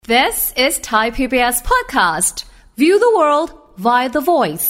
This is Thai PBS podcast. View the world via the voice.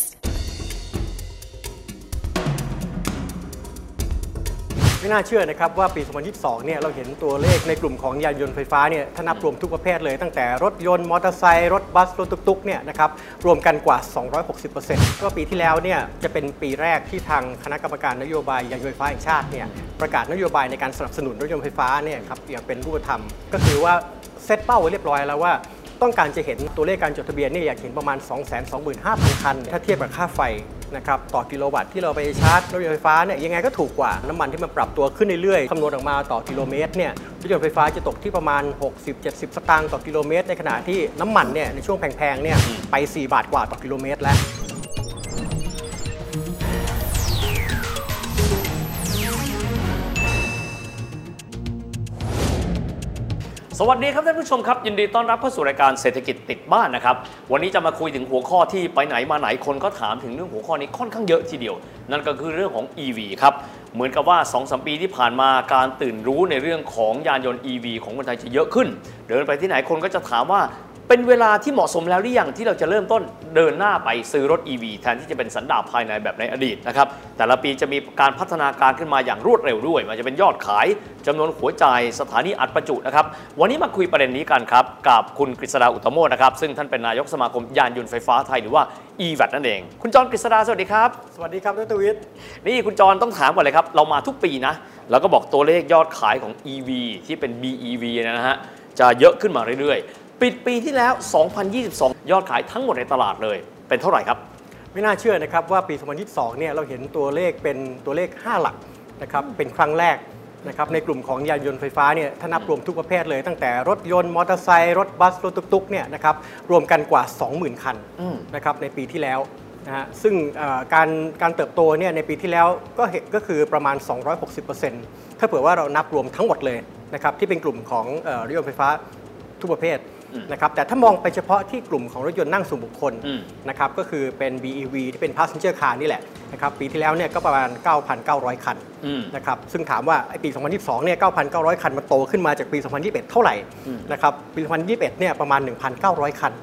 ไม่น่าเชื่อนะครับว่าปี 2022 เนี่ยเราเห็นตัวเลขในกลุ่มของยานยนต์ไฟฟ้าเนี่ยถ้านับรวมทุกประเภทเลยตั้งแต่รถยนต์มอเตอร์ไซค์รถบัสรถตุ๊กๆเนี่ยนะครับรวมกันกว่า 260% ก็ปีที่แล้วเนี่ยจะเป็นปีแรกที่ทางคณะกรรมการนโยบายยานยนต์ไฟฟ้าแห่งชาติเนี่ยประกาศนโยบายในการสนับสนุนรถยนต์ไฟฟ้าเนี่ยครับอย่างเป็นรูปธรรมก็คือว่าเซตเป้าไว้เรียบร้อยแล้วว่าต้องการจะเห็นตัวเลขการจดทะเบียนเนี่ยอยากเห็นประมาณ 225,000 คันถ้าเทียบกับค่าไฟนะครับต่อกิโลวัตต์ที่เราไปชาร์จรถยนต์ไฟฟ้าเนี่ยยังไงก็ถูกกว่าน้ำมันที่มันปรับตัวขึ้นเรื่อยๆคำนวณออกมาต่อกิโลเมตรเนี่ยรถยนต์ไฟฟ้าจะตกที่ประมาณ 60-70 สตางค์ต่อกิโลเมตรในขณะที่น้ำมันเนี่ยในช่วงแพงๆเนี่ยไป4 บาทกว่าต่อกิโลเมตรแล้วสวัสดีครับท่านผู้ชมครับยินดีต้อนรับเข้าสู่รายการเศรษฐกิจติดบ้านนะครับวันนี้จะมาคุยถึงหัวข้อที่ไปไหนมาไหนคนก็ถามถึงเรื่องหัวข้อนี้ค่อนข้างเยอะทีเดียวนั่นก็คือเรื่องของ EV ครับเหมือนกับว่า 2-3 ปีที่ผ่านมาการตื่นรู้ในเรื่องของยานยนต์ EV ของคนไทยจะเยอะขึ้นเดินไปที่ไหนคนก็จะถามว่าเป็นเวลาที่เหมาะสมแล้วหรือยังที่เราจะเริ่มต้นเดินหน้าไปซื้อรถ EV แทนที่จะเป็นสันดาปภายในแบบในอดีตนะครับแต่ละปีจะมีการพัฒนาการขึ้นมาอย่างรวดเร็วด้วยมันจะเป็นยอดขายจำนวนหัวจ่ายสถานีอัดประจุนะครับวันนี้มาคุยประเด็นนี้กันครับกับคุณกฤษดาอุตตโมนะครับซึ่งท่านเป็นนายกสมาคมยานยนต์ไฟฟ้าไทยหรือว่า EVAT นั่นเองคุณจรกฤษดาสวัสดีครับสวัสดีครับดร.วิทย์นี่คุณจรต้องถามก่อนเลยครับเรามาทุกปีนะแล้วก็บอกตัวเลขยอดขายของ EV ที่เป็น BEV นะฮะจะเยอะขึ้นมาเรื่อยๆปิดปีที่แล้ว 2022 ยอดขายทั้งหมดในตลาดเลยเป็นเท่าไหร่ครับไม่น่าเชื่อนะครับว่าปี 2022 เนี่ยเราเห็นตัวเลขเป็นตัวเลข 5 หลักนะครับเป็นครั้งแรกนะครับในกลุ่มของยานยนต์ไฟฟ้าเนี่ยถ้านับรวมทุกประเภทเลยตั้งแต่รถยนต์มอเตอร์ไซค์รถบัสรถตุ๊กๆเนี่ยนะครับรวมกันกว่า 20,000 คันนะครับในปีที่แล้วนะฮะซึ่งการเติบโตเนี่ยในปีที่แล้วก็คือประมาณ 260%ถ้าเผื่อว่าเรานับรวมทั้งหมดเลยนะครับที่เป็นกลุ่มของรถยนต์ไฟฟ้าทุกประเภทนะครับแต่ถ้ามองไปเฉพาะที่กลุ่มของรถยนต์นั่งส่วนบุคคลนะครับก็คือเป็น BEV ที่เป็น Passenger Car นี่แหละนะครับปีที่แล้วเนี่ยก็ประมาณ 9,900 คันนะครับซึ่งถามว่าไอ้ปี 2022 เนี่ย 9,900 คันมันโตขึ้นมาจากปี 2021 เท่าไหร่นะครับปี 2021 เนี่ยประมาณ 1,900 คัน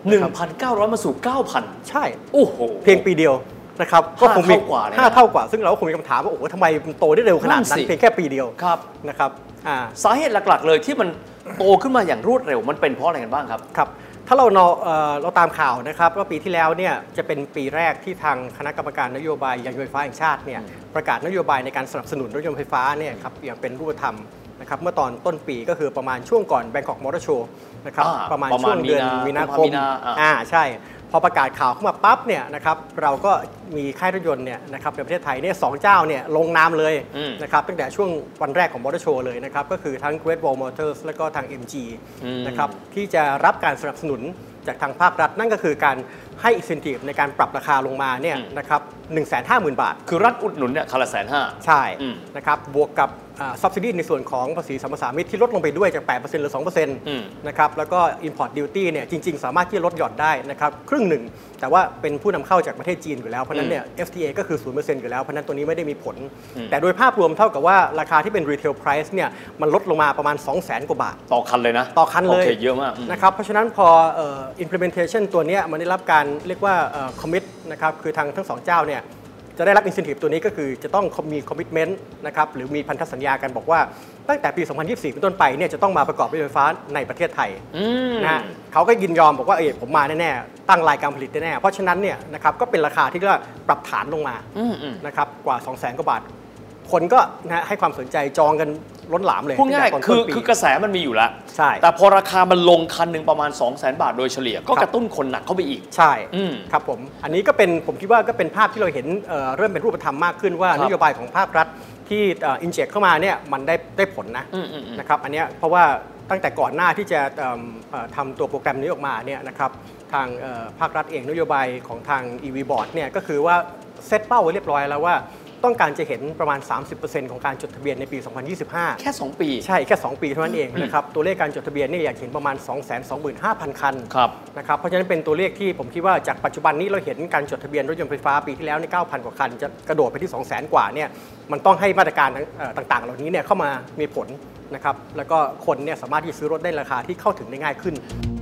1,900 มาสู่ 9,000 ใช่โอ้โหเพียงปีเดียวนะครับก็คงมี 5 เท่ากว่าซึ่งเราก็คงมีคำถามว่าโอ้โหทำไมมันโตได้เร็วขนาดนั้นเพียงแค่ปีเดียวนะครับสาเหตุหลักๆเลยที่มันโตขึ้นมาอย่างรวดเร็วมันเป็นเพราะอะไรกันบ้างครับครับถ้าเราตามข่าวนะครับว่าปีที่แล้วเนี่ยจะเป็นปีแรกที่ทางคณะกรรมการนโยบายยานยนต์ไฟฟ้าแห่งชาติเนี่ยประกาศนโยบายในการสนับสนุนรถยนต์ไฟฟ้าเนี่ยครับอย่างเป็นรูปธรรมนะครับเมื่อตอนต้นปีก็คือประมาณช่วงก่อน Bangkok Motor Show นะครับประมาณช่วงเดือนมีนาคมใช่พอประกาศข่าวเข้ามาปั๊บเนี่ยนะครับเราก็มีค่ายรถยนต์เนี่ยนะครับในประเทศไทยเนี่ย2 เจ้าเนี่ยลงนามเลยนะครับตั้งแต่ช่วงวันแรกของ Motor Show เลยนะครับก็คือทั้ง Great Wall Motors แล้วก็ทาง MG นะครับที่จะรับการสนับสนุนจากทางภาครัฐนั่นก็คือการให้ incentive ในการปรับราคาลงมาเนี่ยนะครับ 150,000 บาทคือรัฐอุดหนุนเนี่ยคันละ 150,000 ใช่นะครับบวกกับsubsidy ในส่วนของภาษีสัมปทานมิตรที่ลดลงไปด้วยจาก 8% เหลือ 2% นะครับแล้วก็ import duty เนี่ยจริงๆสามารถที่จะลดหย่อนได้นะครับครึ่งหนึ่งแต่ว่าเป็นผู้นำเข้าจากประเทศจีนอยู่แล้วเพราะนั้นเนี่ย FTA ก็คือ 0% อยู่แล้วเพราะนั้นตัวนี้ไม่ได้มีผลแต่โดยภาพรวมเท่ากับว่าราคาที่เป็น retail price เนี่ยมันลดลงมาประมาณ 200,000 กว่าบาทต่อคันเลยนะต่อคันเลยเยอะมากนะครับเพราะฉะนั้นพอimplementation ตัวนี้มันได้รับการเรียกว่าcommit นะครับคือทั้ง2 เจ้าเนี่ยจะได้รับ incentive ตัวนี้ก็คือจะต้องมี commitment นะครับหรือมีพันธสัญญากันบอกว่าตั้งแต่ปี 2024 เป็นต้นไปเนี่ยจะต้องมาประกอบรถไฟฟ้าในประเทศไทยนะเขาก็ยินยอมบอกว่าผมมาแน่ๆตั้งรายการผลิตแน่ๆเพราะฉะนั้นเนี่ยนะครับก็เป็นราคาที่ก็ปรับฐานลงมานะครับกว่า 200,000 กว่าบาทคนก็ให้ความสนใจจองกันล้นหลามเลยพูดง่ายคือกระแสมันมีอยู่แล้วใช่แต่พอราคามันลงคันหนึ่งประมาณ 200,000 บาทโดยเฉลี่ยก็กระตุ้นคนหนักเข้าไปอีกใช่ครับผมอันนี้ก็เป็นผมคิดว่าก็เป็นภาพที่เราเห็นเริ่มเป็นรูปธรรมมากขึ้นว่านโยบายของภาครัฐที่inject เข้ามาเนี่ยมันได้ผลนะครับอันนี้เพราะว่าตั้งแต่ก่อนหน้าที่จะทำตัวโปรแกรมนี้ออกมาเนี่ยนะครับทางภาครัฐเองนโยบายของทาง EV Board เนี่ยก็คือว่าเซตเป้าไว้เรียบร้อยแล้วว่าต้องการจะเห็นประมาณ 30% ของการจดทะเบียนในปี 2025 แค่ 2 ปีใช่แค่ 2 ปีเท่านั้นเองนะครับตัวเลขการจดทะเบียนเนี่ยอยากเห็นประมาณ 225,000 คันนะครับเพราะฉะนั้นเป็นตัวเลขที่ผมคิดว่าจากปัจจุบันนี้เราเห็นการจดทะเบียนรถยนต์ไฟฟ้าปีที่แล้วใน 9,000 กว่าคันจะกระโดดไปที่ 200,000 กว่าเนี่ยมันต้องให้มาตรการต่างๆเหล่านี้เนี่ยเข้ามามีผลนะครับแล้วก็คนเนี่ยสามารถที่จะซื้อรถได้ราคาที่เข้าถึงได้ง่ายขึ้น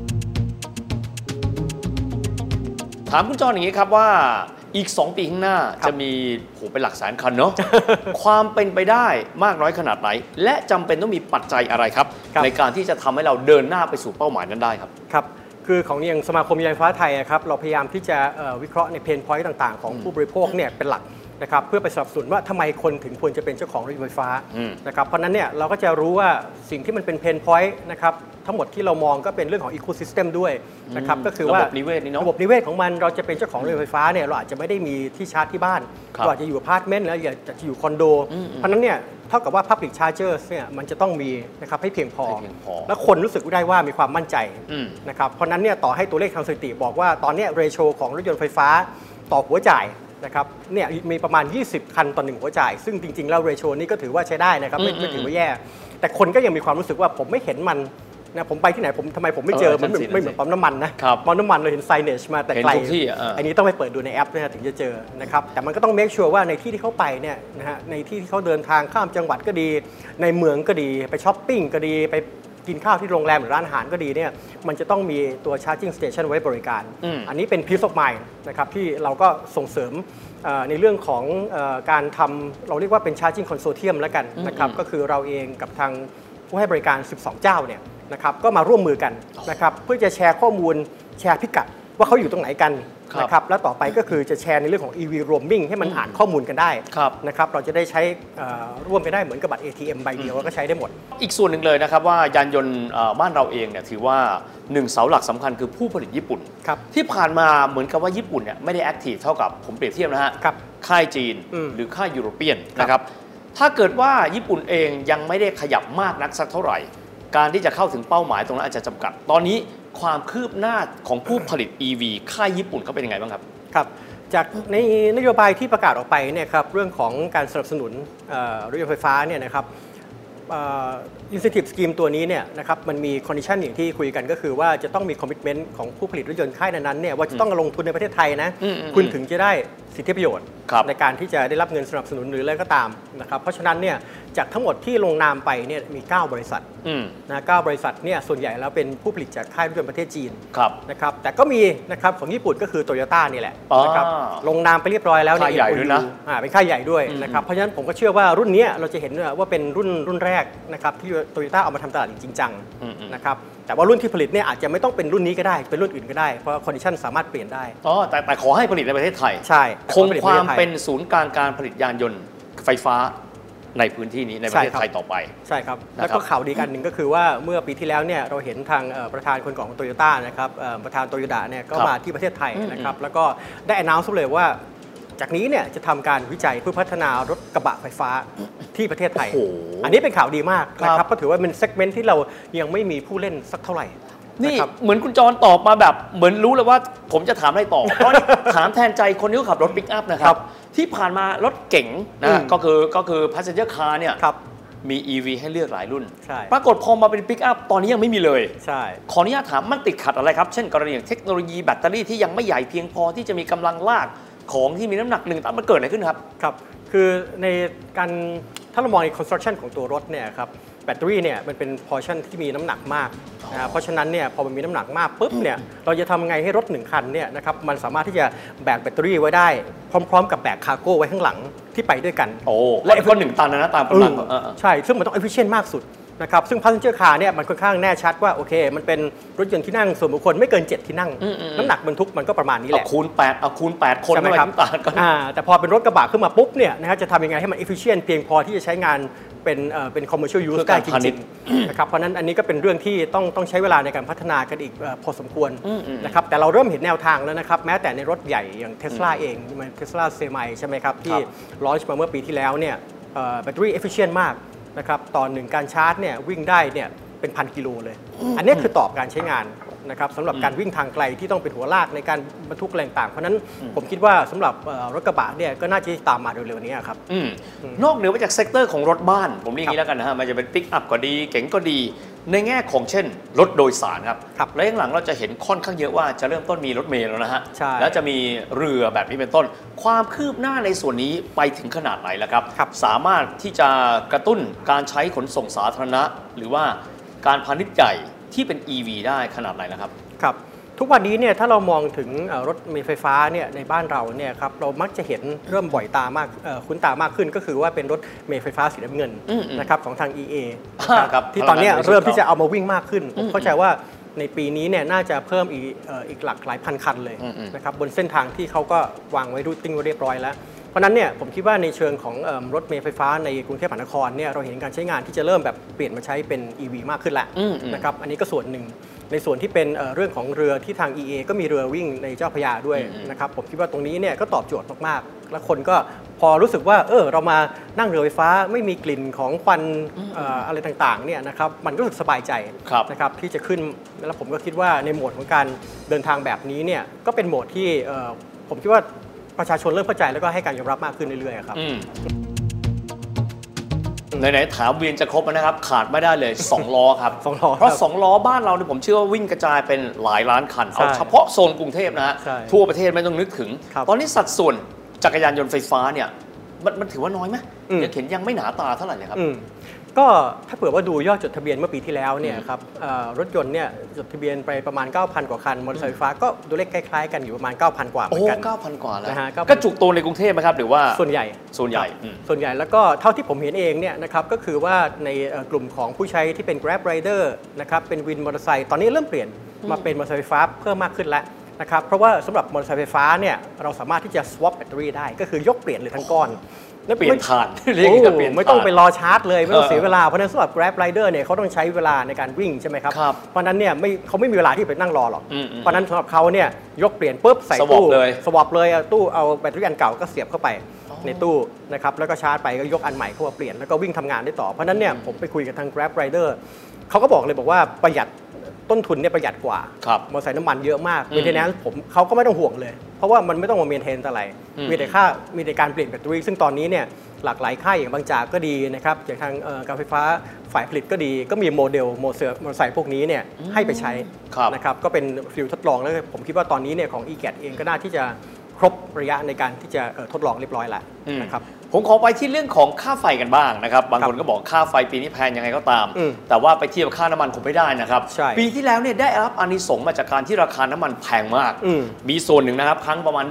ถามคุณจอนอย่างนี้ครับว่าอีก2 ปีข้างหน้าจะมีเป็นหลักแสนคันเนาะ ความเป็นไปได้มากน้อยขนาดไหนและจำเป็นต้องมีปัจจัยอะไรครับในการที่จะทำให้เราเดินหน้าไปสู่เป้าหมายนั้นได้ครับครับคือของอย่างสมาคมยานไฟฟ้าไทยครับเราพยายามที่จะวิเคราะห์ในเพนพอยต์ต่างๆของผู้บริโภคเนี่ยเป็นหลักนะครับเพื่อไปสนับสนุนว่าทำไมคนถึงควรจะเป็นเจ้าของรถยนต์ไฟฟ้านะครับเพราะนั้นเนี่ยเราก็จะรู้ว่าสิ่งที่มันเป็นเพนพอยต์นะครับทั้งหมดที่เรามองก็เป็นเรื่องของอีโคซิสเต็มด้วยนะครับก็คือว่าระบบนิเวศนี่เนาะระบบนิเวศของมันเราจะเป็นเจ้าของรถยนต์ไฟฟ้าเนี่ยเราอาจจะไม่ได้มีที่ชาร์จที่บ้านเราอาจจะอยู่อพาร์ตเมนต์แล้วอยากจะอยู่คอนโดเพราะนั้นเนี่ยเท่ากับว่า Public Chargers เนี่ยมันจะต้องมีนะครับให้เพียงพอและคนรู้สึกได้ว่ามีความมั่นใจนะครับเพราะนั้นเนี่ยต่อให้ตัวเลขทางสถิติบอกว่าตอนนี้เรโชของรถยนต์ไฟฟ้าต่อหัวจ่ายนะครับเนี่ยมีประมาณ20คันต่อ1หัวจ่ายซึ่งจริงๆแล้วเรโชนี้ก็ถือว่าใช้ได้นะครับไม่ถือว่าแย่แต่คนก็ยังมีความรู้สึกว่าผมไม่เห็นมันนะผมไปที่ไหนทำไมผมไม่เจอมันไม่เหมือนปั๊มน้ำมันนะปั๊มน้ำมันเราเห็นไซเนจมาแต่ไกลอันนี้ต้องไปเปิดดูในแอปนะถึงจะเจอนะครับแต่มันก็ต้องเมคชัวร์ว่าในที่ที่เขาไปเนี่ยนะฮะในที่ที่เขาเดินทางข้ามจังหวัดก็ดีในเมืองก็ดีไปช้อปปิ้งก็ดีไปกินข้าวที่โรงแรมหรือร้านอาหารก็ดีเนี่ยมันจะต้องมีตัว charging station ไว้บริการอันนี้เป็น peace of mind นะครับที่เราก็ส่งเสริมในเรื่องของการทำเราเรียกว่าเป็น charging consortium แล้วกันนะครับก็คือเราเองกับทางผู้ให้บริการ12เจ้าเนี่ยนะครับก็มาร่วมมือกันนะครับเพื่อจะแชร์ข้อมูลแชร์พิกัดว่าเขาอยู่ตรงไหนกันนะครับแล้วต่อไปก็คือจะแชร์ในเรื่องของ EV roaming ให้มันอ่านข้อมูลกันได้นะครับเราจะได้ใช้ร่วมกันได้เหมือนกับบัตร ATM ใบเดียวก็ใช้ได้หมดอีกส่วนหนึ่งเลยนะครับว่ายานยนต์บ้านเราเองเนี่ยถือว่า1เสาหลักสำคัญคือผู้ผลิตญี่ปุ่นที่ผ่านมาเหมือนกับว่าญี่ปุ่นเนี่ยไม่ได้แอคทีฟเท่ากับผมเปรียบเทียบนะฮะค่ายจีนหรือค่ายยุโรเปียนนะครับถ้าเกิดว่าญี่ปุ่นเองยังไม่ได้ขยับมากนักสักเท่าไหร่การที่จะเข้าถึงเป้าหมายตรงนั้นอาจจะจำกัดตอนนี้ความคืบหน้าของผู้ผลิต EV ค่ายญี่ปุ่นเขาเป็นยังไงบ้างครับครับจากในนโยบายที่ประกาศออกไปเนี่ยครับเรื่องของการสนับสนุนรถยนต์ไฟฟ้าเนี่ยนะครับincentive scheme ตัวนี้เนี่ยนะครับมันมี condition อย่างที่คุยกันก็คือว่าจะต้องมี commitment ของผู้ผลิตรถยนต์ค่ายนั้นๆเนี่ยว่าจะต้องลงทุนในประเทศไทยนะคุณถึงจะได้สิทธิประโยชน์ในการที่จะได้รับเงินสนับสนุนหรืออะไรก็ตามนะครับเพราะฉะนั้นเนี่ยจากทั้งหมดที่ลงนามไปเนี่ยมี9บริษัทนะ9บริษัทเนี่ยส่วนใหญ่แล้วเป็นผู้ผลิตจากค่ายรถยนต์ประเทศจีนนะครับแต่ก็มีนะครับของญี่ปุ่นก็คือโตโยต้านี่แหละนะครับลงนามไปเรียบร้อยแล้วใน MOU เป็นค่ายใหญ่ด้วยนะครับเพราะฉะนั้นผมก็เชื่อว่ารุ่นนี้เราจะเห็นว่าเป็นรุ่นแรกนะครับที่โตโยต้าเอามาทำตลาดจริงจังนะครับแต่ว่ารุ่นที่ผลิตเนี่ยอาจจะไม่ต้องเป็นรุ่นนี้ก็ได้เป็นรุ่นอื่นก็ได้เพราะคอนดิชันสามารถเปลี่ยนได้แต่ขอให้ผลิตในประเทศไทยใช่คงความเป็นศูนย์กลางการผลิตยานยนต์ไฟฟ้าในพื้นที่นี้ในประเทศไทยต่อไปใช่ครับแล้วก็ข่าวดีกันหนึ่งก็คือว่าเมื่อปีที่แล้วเนี่ยเราเห็นทางประธานคนของโตโยต้านะครับประธานโตโยต้าเนี่ยก็มาที่ประเทศไทยนะครับแล้วก็ได้ announce เลยว่าจากนี้เนี่ยจะทำการวิจัยเพื่อพัฒนารถกระบะไฟฟ้าที่ประเทศไทยอันนี้เป็นข่าวดีมากนะครับก็ถือว่าเป็นเซกเมนต์ที่เรายังไม่มีผู้เล่นสักเท่าไหร่นี่เหมือนคุณจรตอบมาแบบเหมือนรู้เลยว่าผมจะถามอะไรต่อเพราะถามแทนใจคนที่ขับรถปิกอัพนะครับที่ผ่านมารถเก๋งนะก็คือ passenger car เนี่ยมี EV ให้เลือกหลายรุ่นปรากฏพอมาเป็นปิกอัพตอนนี้ยังไม่มีเลยขออนุญาตถามมันติดขัดอะไรครับเช่นกรณีอย่างเทคโนโลยีแบตเตอรี่ที่ยังไม่ใหญ่เพียงพอที่จะมีกำลังลากของที่มีน้ำหนัก1 ตันมันเกิดอะไรขึ้นครับครับคือในการถ้าเรามองใน construction ของตัวรถเนี่ยครับแบตเตอรี่เนี่ยมันเป็น portion ที่มีน้ำหนักมากเพราะฉะนั้นเนี่ยพอมันมีน้ำหนักมากปุ๊บเนี่ยเราจะทำไงให้รถ1คันเนี่ยนะครับมันสามารถที่จะแบกแบตเตอรี่ไว้ได้พร้อมๆกับแบกคาร์โก้ไว้ข้างหลังที่ไปด้วยกันและก็1 ตันนะตามกำลังใช่ซึ่งมันต้อง efficient มากสุดนะครับซึ่ง passenger car เนี่ยมันค่อนข้างแน่ชัดว่าโอเคมันเป็นรถยนต์ที่นั่งส่วนบุคคลไม่เกิน7ที่นั่งน้ำหนักบรรทุกมันก็ประมาณนี้แหละคูณ8คนไม่ครับแต่พอเป็นรถกระบะขึ้นมาปุ๊บเนี่ยนะฮะจะทำยังไงให้มัน efficient เพียงพอที่จะใช้งานเป็น commercial use ได้จริงๆนะครับเพราะนั้นอันนี้ก็เป็นเรื่องที่ต้องใช้เวลาในการพัฒนากันอีกพอสมควรนะครับแต่เราเริ่มเห็นแนวทางแล้วนะครับแม้แต่ในรถใหญ่อย่าง Tesla เองTesla Semi ใช่ไหมครับที่ launch มาเมื่อปีที่แล้วเนี่ยแบตเตอรี่ efficient มากนะครับต่อ1การชาร์จเนี่ยวิ่งได้เนี่ยเป็น1,000 กิโลเลยอันนี้คือตอบการใช้งานนะครับสำหรับการวิ่งทางไกลที่ต้องเป็นหัวลากในการบรรทุกแรงต่างเพราะนั้นผมคิดว่าสำหรับรถกระบะเนี่ยก็น่าจะตามมาเร็วๆนี้ครับนอกเหนือไปจากเซกเตอร์ของรถบ้านผมเรียกอย่างนี้แล้วกันนะฮะมันจะเป็นปิกอัพก็ดีเก๋งก็ดีในแง่ของเช่นรถโดยสารครับและหลังๆเราจะเห็นค่อนข้างเยอะว่าจะเริ่มต้นมีรถเมล์แล้วนะฮะแล้วจะมีเรือแบบนี้เป็นต้นความคืบหน้าในส่วนนี้ไปถึงขนาดไหนแล้วครับสามารถที่จะกระตุ้นการใช้ขนส่งสาธารณะหรือว่าการพาณิชย์ใหญ่ที่เป็น EV ได้ขนาดไหนแล้วครับครับทุกวันนี้เนี่ยถ้าเรามองถึงรถเมล์ไฟฟ้าเนี่ยในบ้านเราเนี่ยครับเรามักจะเห็นเริ่มบ่อยตามากคุ้นตามากขึ้นก็คือว่าเป็นรถเมล์ไฟฟ้าสีน้ำเงินนะครับของทาง EA ที่ตอนนี้เริ่มที่จะเอามาวิ่งมากขึ้นผมเข้าใจว่าในปีนี้เนี่ยน่าจะเพิ่มอีกหลายพันคันเลยนะครับบนเส้นทางที่เขาก็วางไว้รูทติ้งไว้เรียบร้อยแล้วเพราะนั้นเนี่ยผมคิดว่าในเชิงของรถเมล์ไฟฟ้าในกรุงเทพมหานครเนี่ยเราเห็นการใช้งานที่จะเริ่มแบบเปลี่ยนมาใช้เป็น EV มากขึ้นแล้วนะครับอันนี้ก็ส่วนหนึ่งในส่วนที่เป็นเรื่องของเรือที่ทาง EA ก็มีเรือวิ่งในเจ้าพระยาด้วยนะครับผมคิดว่าตรงนี้เนี่ยก็ตอบโจทย์มากๆแล้วคนก็พอรู้สึกว่าเรามานั่งเรือไฟฟ้าไม่มีกลิ่นของควันอะไรต่างๆเนี่ยนะครับมันก็รู้สึกสบายใจนะครับที่จะขึ้นแล้วผมก็คิดว่าในโหมดของการเดินทางแบบนี้เนี่ยก็เป็นโหมดที่ผมคิดว่าประชาชนเริ่มเข้าใจแล้วก็ให้การยอมรับมากขึ้นเรื่อยๆครับไหนๆถามเวียนจะครบนะครับขาดไม่ได้เลย2 ล้อครับ 2 ล้อเพราะ2 ล้อบ้านเราเนี่ยผมเชื่อว่าวิ่งกระจายเป็นหลายล้านคันเอาเฉพาะโซนกรุงเทพนะฮะทั่วประเทศไม่ต้องนึกถึงตอนนี้สัดส่วนจักรยานยนต์ไฟฟ้าเนี่ยมันถือว่าน้อยไหมยังเห็นยังไม่หนาตาเท่าไหร่เลยครับก็ถ้าเผื่อว่าดูยอดจดทะเบียนเมื่อปีที่แล้วเนี่ยครับรถยนต์เนี่ยจดทะเบียนไปประมาณ 9,000 กว่าคันมอเตอร์ไซค์ไฟฟ้าก็ตัวเลขคล้ายๆกันอยู่ประมาณ 9,000 กว่าเหมือนกัน 9,000 กว่าแล้วก็จุกตัวในกรุงเทพไหมครับหรือว่าส่วนใหญ่แล้วก็เท่าที่ผมเห็นเองเนี่ยนะครับก็คือว่าในกลุ่มของผู้ใช้ที่เป็น Grab Rider นะครับเป็นวินมอเตอร์ไซค์ตอนนี้เริ่มเปลี่ยนมาเป็นมอเตอร์ไซค์ไฟฟ้าเพิ่มมากขึ้นแล้วนะครับเพราะว่าสำหรับมอเตอร์ไซค์ไฟฟ้าเนี่ยเราสามารถที่จะ swap แบตเตอรี่ได้ก็คือยกเปลี่ยนเลยทั้งก้อนเปลี่ยนถ่านไม่ต้องไปรอชาร์จเลยไม่ต้องเสียเวลาเพราะนั้นสำหรับ Grab Rider เนี่ยเขาต้องใช้เวลาในการวิ่งใช่ไหมครับเพราะนั้นเนี่ยเขาไม่มีเวลาที่ไปนั่งรอหรอกเพราะนั้นสำหรับเขาเนี่ยยกเปลี่ยนปุ๊บใส่ตู้สวอปเลยตู้เอาแบตเตอรี่อันเก่าก็เสียบเข้าไปในตู้นะครับแล้วก็ชาร์จไปก็ยกอันใหม่เข้ามาเปลี่ยนแล้วก็วิ่งทำงานได้ต่อเพราะนั้นเนี่ยผมไปคุยกับทาง Grab Rider เขาก็บอกเลยบอกว่าประหยัดต้นทุนเนี่ยประหยัดกว่ามอเตอร์ไซค์น้ำมันเยอะมากเมนเทนแนนซ์เขาก็ไม่ต้องห่วงเลยเพราะว่ามันไม่ต้องมาเมนเทนอะไรมีแต่การเปลี่ยนแบตเตอรี่ซึ่งตอนนี้เนี่ยหลากหลายค่ายอย่างบางจากก็ดีนะครับอย่างทางการไฟฟ้าฝ่ายผลิตก็ดีก็มีโมเดลมอเตอร์ไซค์พวกนี้เนี่ยให้ไปใช้นะครับก็เป็นฟิลทดลองแล้วผมคิดว่าตอนนี้เนี่ยของ EGAT เองก็น่าที่จะครบระยะในการที่จะทดลองเรียบร้อยแล้วนะครับผมขอไปที่เรื่องของค่าไฟกันบ้างนะครับบางคนก็บอกค่าไฟปีนี้แพงยังไงก็ตามแต่ว่าไปเทียบกับค่าน้ำมันคงไม่ได้นะครับปีที่แล้วเนี่ยได้รับอานิสงส์มาจากการที่ราคาน้ำมันแพงมากมีส่วนหนึ่งนะครับครั้งประมาณ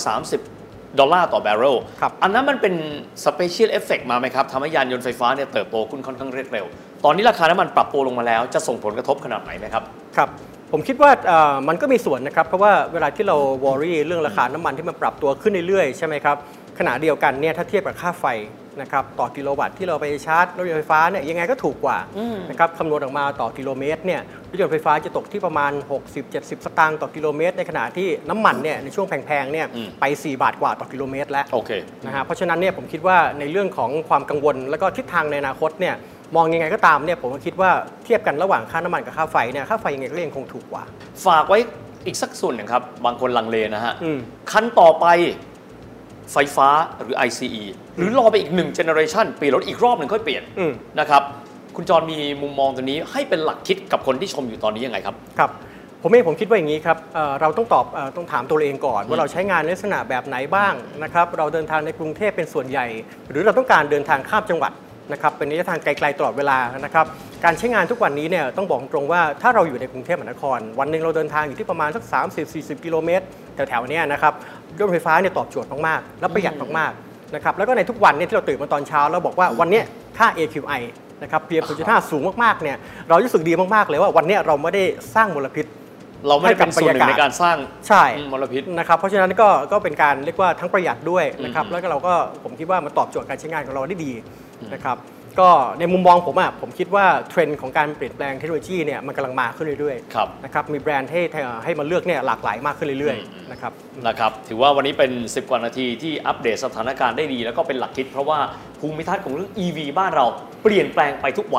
$130ต่อแบเรลอันนั้นมันเป็นสเปเชียลเอฟเฟกต์มาไหมครับทำให้ยานยนต์ไฟฟ้าเนี่ยเติบโตขึ้นค่อนข้างเร็วตอนนี้ราคาน้ำมันปรับตัวลงมาแล้วจะส่งผลกระทบขนาดไหนไหมครับครับผมคิดว่ามันก็มีส่วนนะครับเพราะว่าเวลาที่เราวอรี่เรื่องราคาน้ำมันที่มันปรับตัวขึ้นเรื่อยๆใช่ไหมครับขณะเดียวกันเนี่ยถ้าเทียบกับค่าไฟนะครับต่อกิโลวัตต์ที่เราไปชาร์จรถยนต์ไฟฟ้าเนี่ยยังไงก็ถูกกว่านะครับคำนวณออกมาต่อกิโลเมตรเนี่ยรถยนต์ไฟฟ้าจะตกที่ประมาณ 60-70 สตางค์ต่อกิโลเมตรในขณะที่น้ำมันเนี่ยในช่วงแพงๆเนี่ยไป4 บาทกว่าต่อกิโลเมตรแล้วนะฮะเพราะฉะนั้นเนี่ยผมคิดว่าในเรื่องของความกังวลแล้วก็ทิศทางในอนาคตเนี่ยมองยังไงก็ตามเนี่ยผมก็คิดว่าเทียบกันระหว่างค่าน้ำมันกับค่าไฟเนี่ยค่าไฟยังไงก็ยังคงถูกกว่าฝากไว้อีกสักส่วนหนึ่งครับบางคนลังเลนะฮะคันต่อไปไฟฟ้าหรือ ICE หรือรอไปอีก1 generation เปลี่ยนรถอีกรอบหนึ่งค่อยเปลี่ยนนะครับคุณจรมีมุมมองตัวนี้ให้เป็นหลักคิดกับคนที่ชมอยู่ตอนนี้ยังไงครับครับผมคิดว่าอย่างนี้ครับเราต้องถามตัวเองก่อนว่าเราใช้งานในลักษณะแบบไหนบ้างนะครับเราเดินทางในกรุงเทพเป็นส่วนใหญ่หรือเราต้องการเดินทางข้ามจังหวัดนะครับเป็นระยะทางไกลๆตลอดเวลานะครับการใช้งานทุกวันนี้เนี่ยต้องบอกตรงว่าถ้าเราอยู่ในกรุงเทพมหานครวันหนึ่งเราเดินทางอยู่ที่ประมาณสัก 30-40 กิโลเมตรแถวๆนี้นะครับรถไฟฟ้าเนี่ยตอบโจทย์มากๆและประหยัดมากๆนะครับแล้วก็ในทุกวันเนี่ยที่เราตื่นมาตอนเช้าเราบอกว่าวันนี้ค่า AQI นะครับ PM 2.5 สูงมากๆเนี่ยเรารู้สึกดีมากๆเลยว่าวันนี้เราไม่ได้สร้างมลพิษเราไม่ได้เป็นส่วนหนึ่งในการสร้างมลพิษนะครับเพราะฉะนั้นก็เป็นการเรียกว่าทั้งประหยัดด้วยนะครับแล้วก็เราก็ผมคิดว่ามันตอบโจทย์การใช้งานของเราได้ดีนะครับก็ในมุมมองผมคิดว่าเทรนด์ของการเปลี่ยนแปลงเทคโนโลยีเนี่ยมันกำลังมาขึ้นเรื่อยๆนะครับมีแบรนด์ให้มาเลือกเนี่ยหลากหลายมากขึ้นเรื่อยๆนะครับถือว่าวันนี้เป็น10 กว่านาทีที่อัปเดตสถานการณ์ได้ดีแล้วก็เป็นหลักคิดเพราะว่าภูมิทัศน์ของเรื่อง EV บ้านเราเปลี่ยนแปลงไปทุกวัน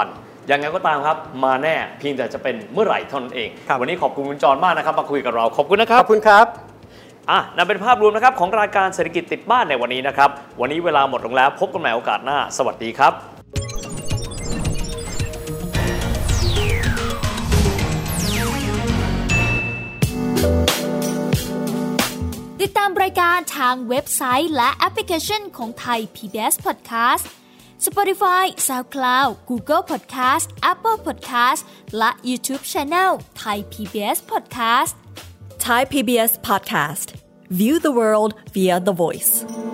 ยังไงก็ตามครับมาแน่เพียงแต่จะเป็นเมื่อไหร่เท่านั้นเองวันนี้ขอบคุณคุณจรมากนะครับมาคุยกับเราขอบคุณนะครับขอบคุณครับนั่นเป็นภาพรวมนะครับของรายการเศรษฐกิจติดบ้านในวันนี้นะครับวันนี้เวลาหมดลงแล้วพบกันใหม่โอกาสหน้าสวัสดีครับติดตามรายการทางเว็บไซต์และแอปพลิเคชันของไทย PBS Podcast Spotify SoundCloud Google Podcast Apple Podcast และ YouTube Channel Thai PBS Podcast Thai PBS Podcast. View the world via the voice.